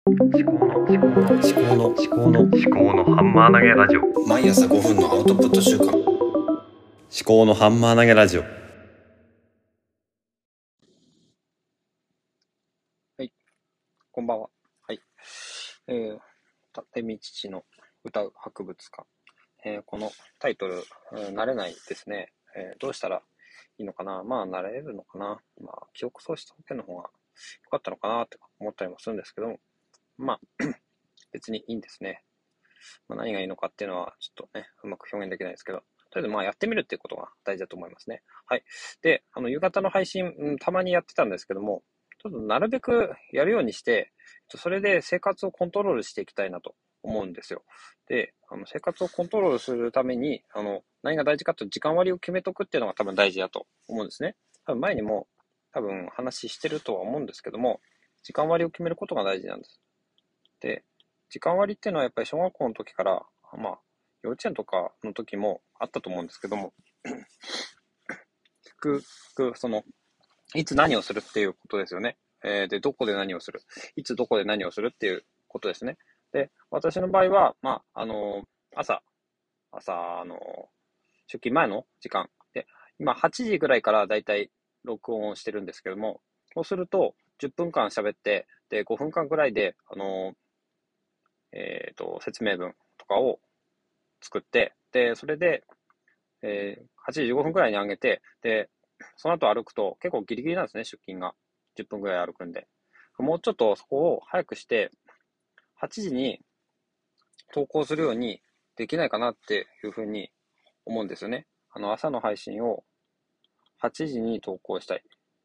思考のハンマー投げラジオ。 毎朝5分のアウトプット週間。 思考のハンマー投げラジオ。 はい、こんばんは。はい。立見父の歌う博物館。このタイトル、慣れないですね。どうしたらいいのかな。まあ、慣れるのかな。まあ、記憶喪失保険の方が良かったのかなって思ったりもするんですけども、まあ、別にいいんですね。まあ、何がいいのかっていうのは、ちょっとね、うまく表現できないですけど、とりあえずまあやってみるっていうことが大事だと思いますね。はい。で、夕方の配信、たまにやってたんですけども、ちょっとなるべくやるようにして、それで生活をコントロールしていきたいなと思うんですよ。で、生活をコントロールするために、何が大事かというと時間割を決めとくっていうのが多分大事だと思うんですね。多分前にも話してるとは思うんですけども、時間割を決めることが大事なんです。で、時間割っていうのはやっぱり小学校の時から、まあ、幼稚園とかの時もあったと思うんですけども、いつ何をするっていうことですよね。で、どこで何をする。いつどこで何をするっていうことですね。で、私の場合は、朝、出勤前の時間。で、今8時ぐらいからだいたい録音をしてるんですけども、そうすると、10分間喋って、で、5分間ぐらいで、説明文とかを作って、で、それで、8時15分くらいに上げて、で、その後歩くと結構ギリギリなんですね、出勤が。10分くらい歩くんで。もうちょっとそこを早くして、8時に投稿するようにできないかなっていうふうに思うんですよね。朝の配信を8時に投稿したい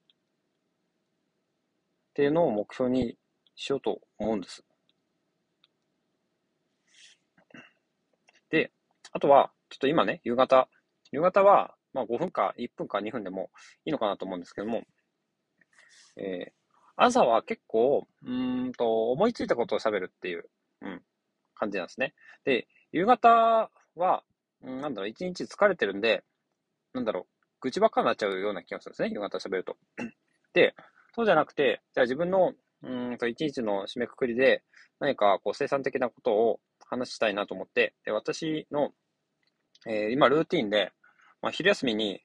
っていうのを目標にしようと思うんです。で、あとは、ちょっと今ね、夕方は、まあ5分か1分か2分でもいいのかなと思うんですけども、朝は結構、思いついたことを喋るっていう、感じなんですね。で、夕方は、一日疲れてるんで、愚痴ばっかになっちゃうような気がするんですね、夕方喋ると。で、そうじゃなくて、じゃあ自分の、一日の締めくくりで、何かこう生産的なことを話したいなと思って、で、私の、今ルーティンで、まあ、昼休みに、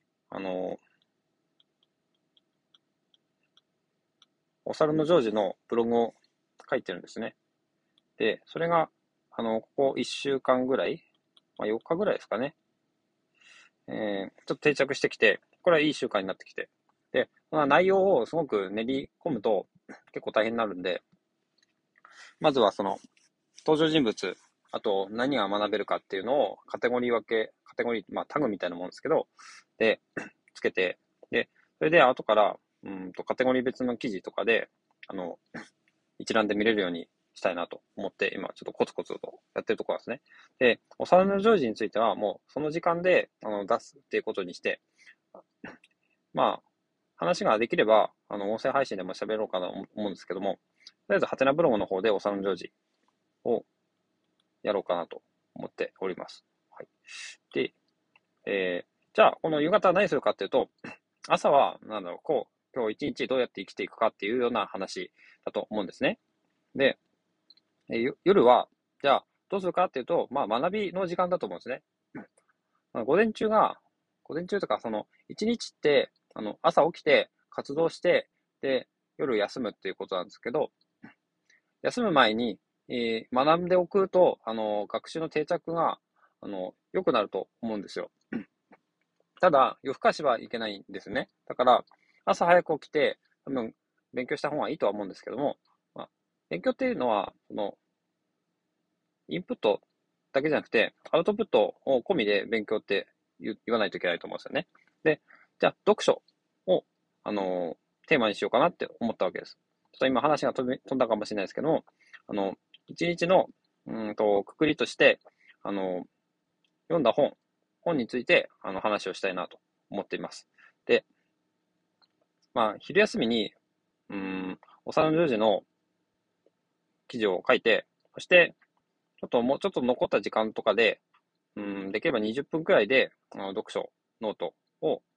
お猿のジョージのブログを書いてるんですね。で、それが、ここ1週間ぐらい、まあ、4日ぐらいですかね。ちょっと定着してきて、これはいい習慣になってきて。で、まあ、内容をすごく練り込むと結構大変になるんで、まずはその、登場人物、あと何が学べるかっていうのをカテゴリー、まあタグみたいなもんですけど、で、つけて、で、それで後から、カテゴリー別の記事とかで、一覧で見れるようにしたいなと思って、今ちょっとコツコツとやってるところですね。で、お皿のジョージについてはもうその時間で出すっていうことにして、まあ、話ができれば、音声配信でも喋ろうかなと思うんですけども、とりあえず、ハテナブログの方でお皿のジョージをやろうかなと思っております。はい。で、じゃあ、この夕方は何するかっていうと、朝は、今日一日どうやって生きていくかっていうような話だと思うんですね。で、夜は、じゃあ、どうするかっていうと、まあ、学びの時間だと思うんですね。午前中とか、一日って、朝起きて、活動して、で、夜休むっていうことなんですけど、休む前に、学んでおくと、学習の定着が、良くなると思うんですよ。ただ、夜更かしはいけないんですね。だから、朝早く起きて、多分、勉強した方がいいとは思うんですけども、まあ、勉強っていうのは、インプットだけじゃなくて、アウトプットを込みで勉強って言わないといけないと思うんですよね。で、じゃあ、読書を、テーマにしようかなって思ったわけです。ちょっと今話が飛んだかもしれないですけども、一日の、くくりとして、読んだ本について、話をしたいなと思っています。で、まあ、昼休みに、お皿のジョージの記事を書いて、そして、もうちょっと残った時間とかで、できれば20分くらいで、読書、ノートを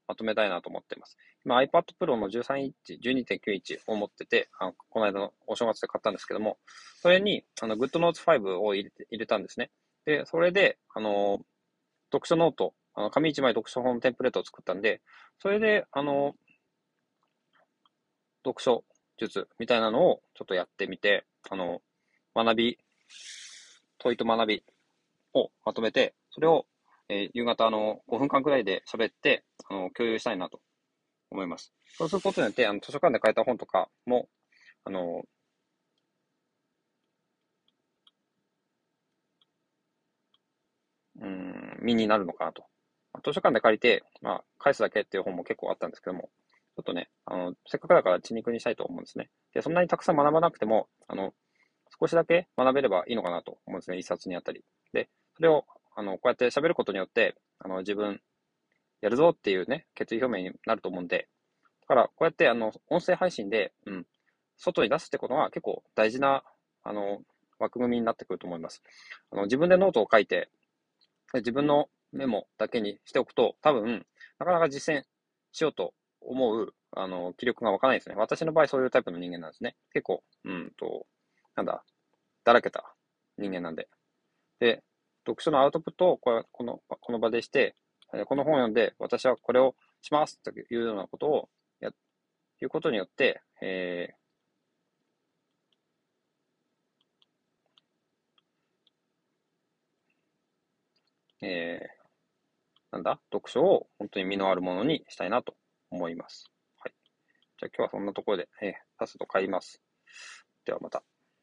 まとめたいなと思ってます。今 iPad Pro の13インチ、12.9インチを持ってて、この間のお正月で買ったんですけども、それに、GoodNotes 5を入れたんですね。で、それで、読書ノート、紙一枚読書本テンプレートを作ったんで、それで、読書術みたいなのをちょっとやってみて、学び、問いと学びをまとめて、それを、夕方5分間くらいで喋って、共有したいなと思います。そうすることによって、図書館で買えた本とかも、身になるのかなと。図書館で借りて、返すだけっていう本も結構あったんですけども、ちょっとね、せっかくだから血肉にしたいと思うんですね。で、そんなにたくさん学ばなくても、少しだけ学べればいいのかなと思うんですね。一冊にあたり。で、それを、こうやって喋ることによって、自分、やるぞっていうね、決意表明になると思うんで、だから、こうやって、音声配信で、外に出すってことが結構大事な、枠組みになってくると思います。自分でノートを書いて、自分のメモだけにしておくと、多分、なかなか実践しようと思う、気力が湧かないですね。私の場合、そういうタイプの人間なんですね。結構、なんだ、だらけた人間なんで。で、読書のアウトプットをこの場でして、この本を読んで、私はこれをしますというようなことをいうことによって、読書を本当に身のあるものにしたいなと思います。はい。じゃあ今日はそんなところで、さっさと帰ります。ではまた。